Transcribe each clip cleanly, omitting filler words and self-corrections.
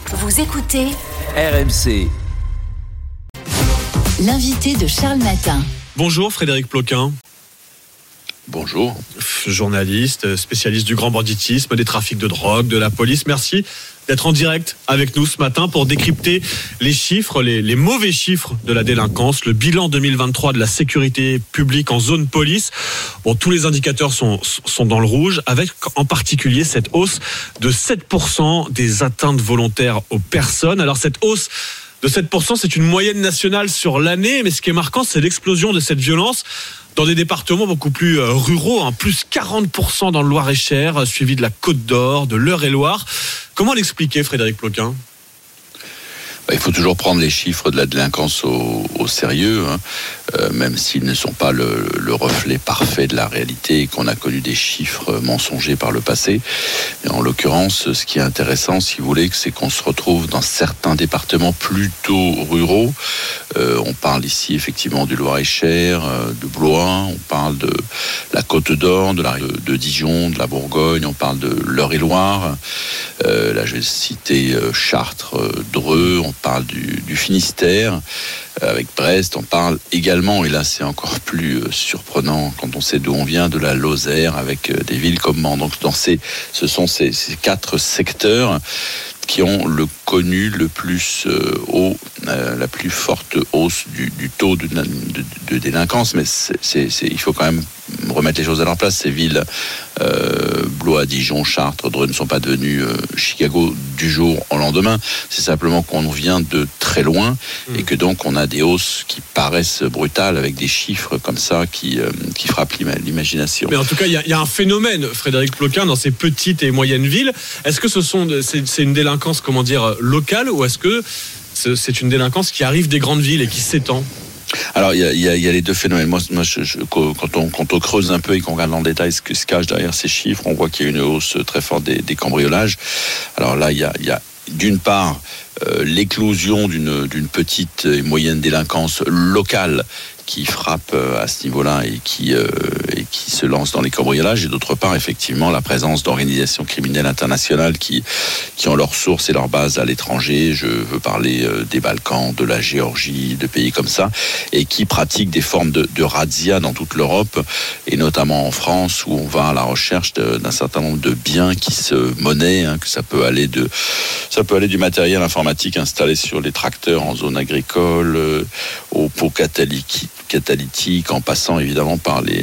Vous écoutez RMC. L'invité de Charles Matin. Bonjour Frédéric Ploquin. Bonjour. Journaliste, spécialiste du grand banditisme, des trafics de drogue, de la police. Merci d'être en direct avec nous ce matin pour décrypter les chiffres, les mauvais chiffres de la délinquance, le bilan 2023 de la sécurité publique en zone police. Bon, tous les indicateurs sont dans le rouge, avec en particulier cette hausse de 7% des atteintes volontaires aux personnes. Alors cette hausse de 7%, c'est une moyenne nationale sur l'année, mais ce qui est marquant, c'est l'explosion de cette violence dans des départements beaucoup plus ruraux, plus 40% dans le Loir-et-Cher, suivi de la Côte d'Or, de l'Eure-et-Loir. Comment l'expliquer, Frédéric Ploquin ? Il faut toujours prendre les chiffres de la délinquance au sérieux, même s'ils ne sont pas le reflet parfait de la réalité et qu'on a connu des chiffres mensongers par le passé. Et en l'occurrence, ce qui est intéressant, si vous voulez, c'est qu'on se retrouve dans certains départements plutôt ruraux. On parle ici effectivement du Loir-et-Cher, de Blois, on parle de la Côte d'Or, de Dijon, de la Bourgogne, on parle de l'Eure-et-Loir. Là, je vais citer Chartres, Dreux, on parle du Finistère, avec Brest, on parle également, et là c'est encore plus surprenant quand on sait d'où on vient, de la Lozère, avec des villes comme Mans. Donc ce sont ces quatre secteurs qui ont connu le plus haut, la plus forte hausse du taux de délinquance. Mais il faut quand même remettre les choses à leur place. Ces villes, Blois, Dijon, Chartres, Dreux, ne sont pas devenues Chicago du jour au lendemain. C'est simplement qu'on vient de très loin et que donc on a des hausses qui paraissent brutales avec des chiffres comme ça qui frappent l'imagination. Mais en tout cas, il y a un phénomène, Frédéric Ploquin, dans ces petites et moyennes villes. Est-ce que c'est une délinquance, locale, ou est-ce que c'est une délinquance qui arrive des grandes villes et qui s'étend ? Alors il y a les deux phénomènes. Moi quand on creuse un peu et qu'on regarde dans le détail ce qui se cache derrière ces chiffres, on voit qu'il y a une hausse très forte des cambriolages. Alors là il y a d'une part l'éclosion d'une petite et moyenne délinquance locale qui frappe à ce niveau-là et qui se lance dans les cambriolages, et d'autre part effectivement la présence d'organisations criminelles internationales qui ont leur source et leur base à l'étranger. Je veux parler des Balkans, de la Géorgie, de pays comme ça, et qui pratiquent des formes de razzia dans toute l'Europe, et notamment en France, où on va à la recherche d'un certain nombre de biens qui se monnaient, que ça peut aller du matériel informatique installé sur les tracteurs en zone agricole, aux pots catalytiques, en passant évidemment par les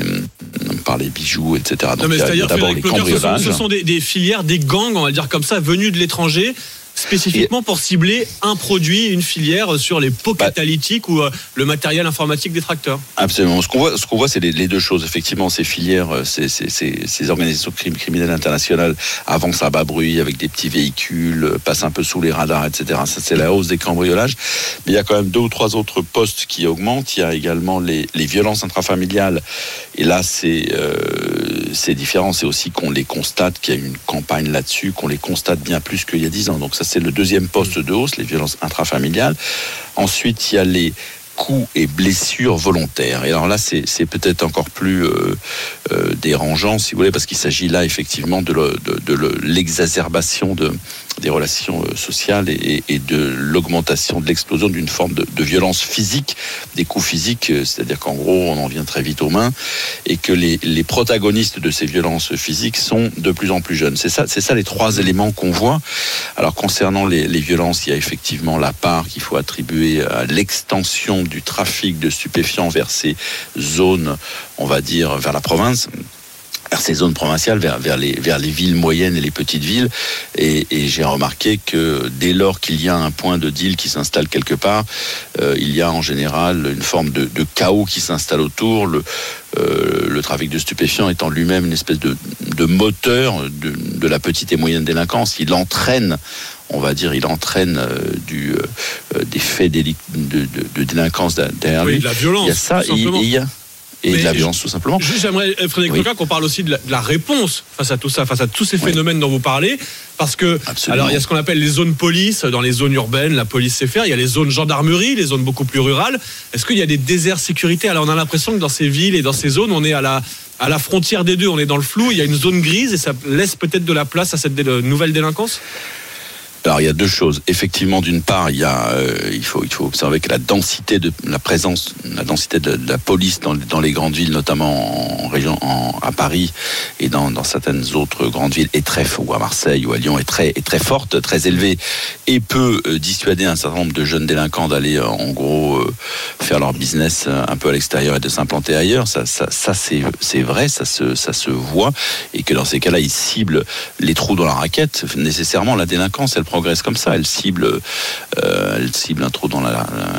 bijoux, etc. Donc, c'est-à-dire, d'abord les cambriolages. Ce sont des filières, des gangs, on va le dire comme ça, venus de l'étranger, spécifiquement pour cibler un produit, une filière sur les pots catalytiques ou le matériel informatique des tracteurs. Absolument. Ce qu'on voit, c'est les deux choses. Effectivement, ces filières, ces organisations criminelles internationales avancent à bas bruit avec des petits véhicules, passent un peu sous les radars, etc. Ça, c'est la hausse des cambriolages. Mais il y a quand même 2 ou 3 autres postes qui augmentent. Il y a également les violences intrafamiliales. Et là, c'est différent. C'est aussi qu'on les constate, qu'il y a une campagne là-dessus, qu'on les constate bien plus qu'il y a 10 ans. Donc ça, c'est le deuxième poste de hausse, les violences intrafamiliales. Ensuite, il y a les coups et blessures volontaires. Et alors là, c'est peut-être encore plus dérangeant, si vous voulez, parce qu'il s'agit là effectivement de l'exacerbation des relations sociales et de l'augmentation de l'explosion d'une forme de violence physique, des coups physiques, c'est-à-dire qu'en gros, on en vient très vite aux mains, et que les protagonistes de ces violences physiques sont de plus en plus jeunes. C'est ça les 3 éléments qu'on voit. Alors concernant les violences, il y a effectivement la part qu'il faut attribuer à l'extension du trafic de stupéfiants vers ces zones, on va dire, vers la province, vers ces zones provinciales, vers les villes moyennes et les petites villes. Et j'ai remarqué que dès lors qu'il y a un point de deal qui s'installe quelque part, il y a en général une forme de chaos qui s'installe autour. Le trafic de stupéfiants étant lui-même une espèce de moteur de la petite et moyenne délinquance. Il entraîne des faits de délinquance derrière lui. De la violence, il y a ça, et de la violence tout simplement. Juste, j'aimerais, Frédéric Ploquin, qu'on parle aussi de la réponse face à tout ça, face à tous ces phénomènes dont vous parlez, parce que alors il y a ce qu'on appelle les zones police, dans les zones urbaines, la police sait faire, il y a les zones gendarmerie, les zones beaucoup plus rurales. Est-ce qu'il y a des déserts sécurité ? Alors on a l'impression que dans ces villes et dans ces zones, on est à la frontière des deux, on est dans le flou, il y a une zone grise et ça laisse peut-être de la place à cette nouvelle délinquance ? Alors il y a deux choses. Effectivement, d'une part, il faut observer que la densité de la police dans les grandes villes, notamment en région, à Paris et dans certaines autres grandes villes, est très forte, ou à Marseille ou à Lyon, est très forte, très élevée, et peut dissuader un certain nombre de jeunes délinquants d'aller en gros faire leur business un peu à l'extérieur et de s'implanter ailleurs. Ça c'est vrai, ça se voit, et que dans ces cas-là, ils ciblent les trous dans la raquette. Nécessairement, la délinquance, elle progresse comme ça. Elle cible un trou dans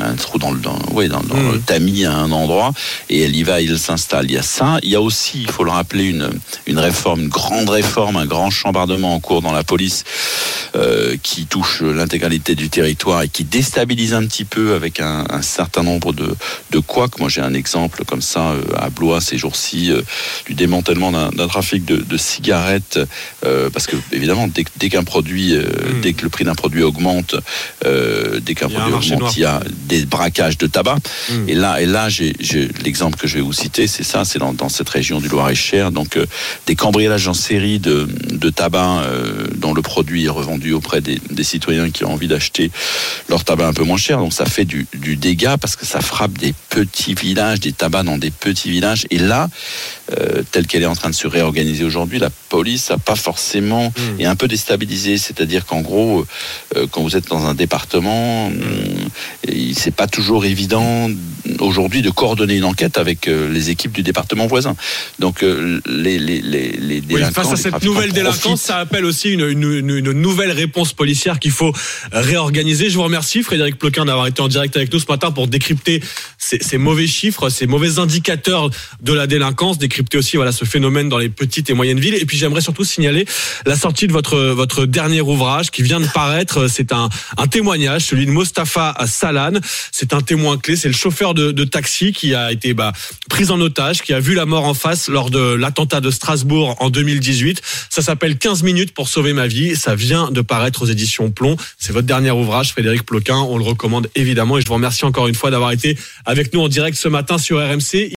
le tamis à un endroit, et elle y va, il s'installe. Il y a ça. Il y a aussi, il faut le rappeler, une réforme, une grande réforme, un grand chambardement en cours dans la police qui touche l'intégralité du territoire et qui déstabilise un petit peu avec un certain nombre de couacs. Moi, j'ai un exemple comme ça à Blois ces jours-ci du démantèlement d'un trafic de cigarettes, parce que évidemment, dès qu'un produit, dès que le prix d'un produit augmente, il y a des braquages de tabac. Et là, j'ai l'exemple que je vais vous citer, c'est ça, c'est dans cette région du Loir-et-Cher, donc des cambriolages en série de tabac dont le produit est revendu auprès des citoyens qui ont envie d'acheter leur tabac un peu moins cher. Donc ça fait du dégât, parce que ça frappe des petits villages, des tabacs dans des petits villages. Et là, telle qu'elle est en train de se réorganiser aujourd'hui, la police n'a pas forcément est un peu déstabilisée. C'est-à-dire qu'en gros, quand vous êtes dans un département, c'est pas toujours évident aujourd'hui de coordonner une enquête avec les équipes du département voisin. Donc les délinquants, face à cette nouvelle délinquance, ça appelle aussi une nouvelle réponse policière qu'il faut réorganiser. Je vous remercie, Frédéric Ploquin, d'avoir été en direct avec nous ce matin pour décrypter ces mauvais chiffres, ces mauvais indicateurs de la délinquance, décrypter aussi ce phénomène dans les petites et moyennes villes. Et puis j'aimerais surtout signaler la sortie de votre dernier ouvrage qui vient de paraître. C'est un témoignage, celui de Mostafa Salane. C'est un témoin clé, c'est le chauffeur de taxi qui a été pris en otage, qui a vu la mort en face lors de l'attentat de Strasbourg en 2018. Ça s'appelle 15 minutes pour sauver ma vie. Ça vient de paraître aux éditions Plomb. C'est votre dernier ouvrage, Frédéric Ploquin. On le recommande évidemment, et je vous remercie encore une fois d'avoir été avec nous en direct ce matin sur RMC.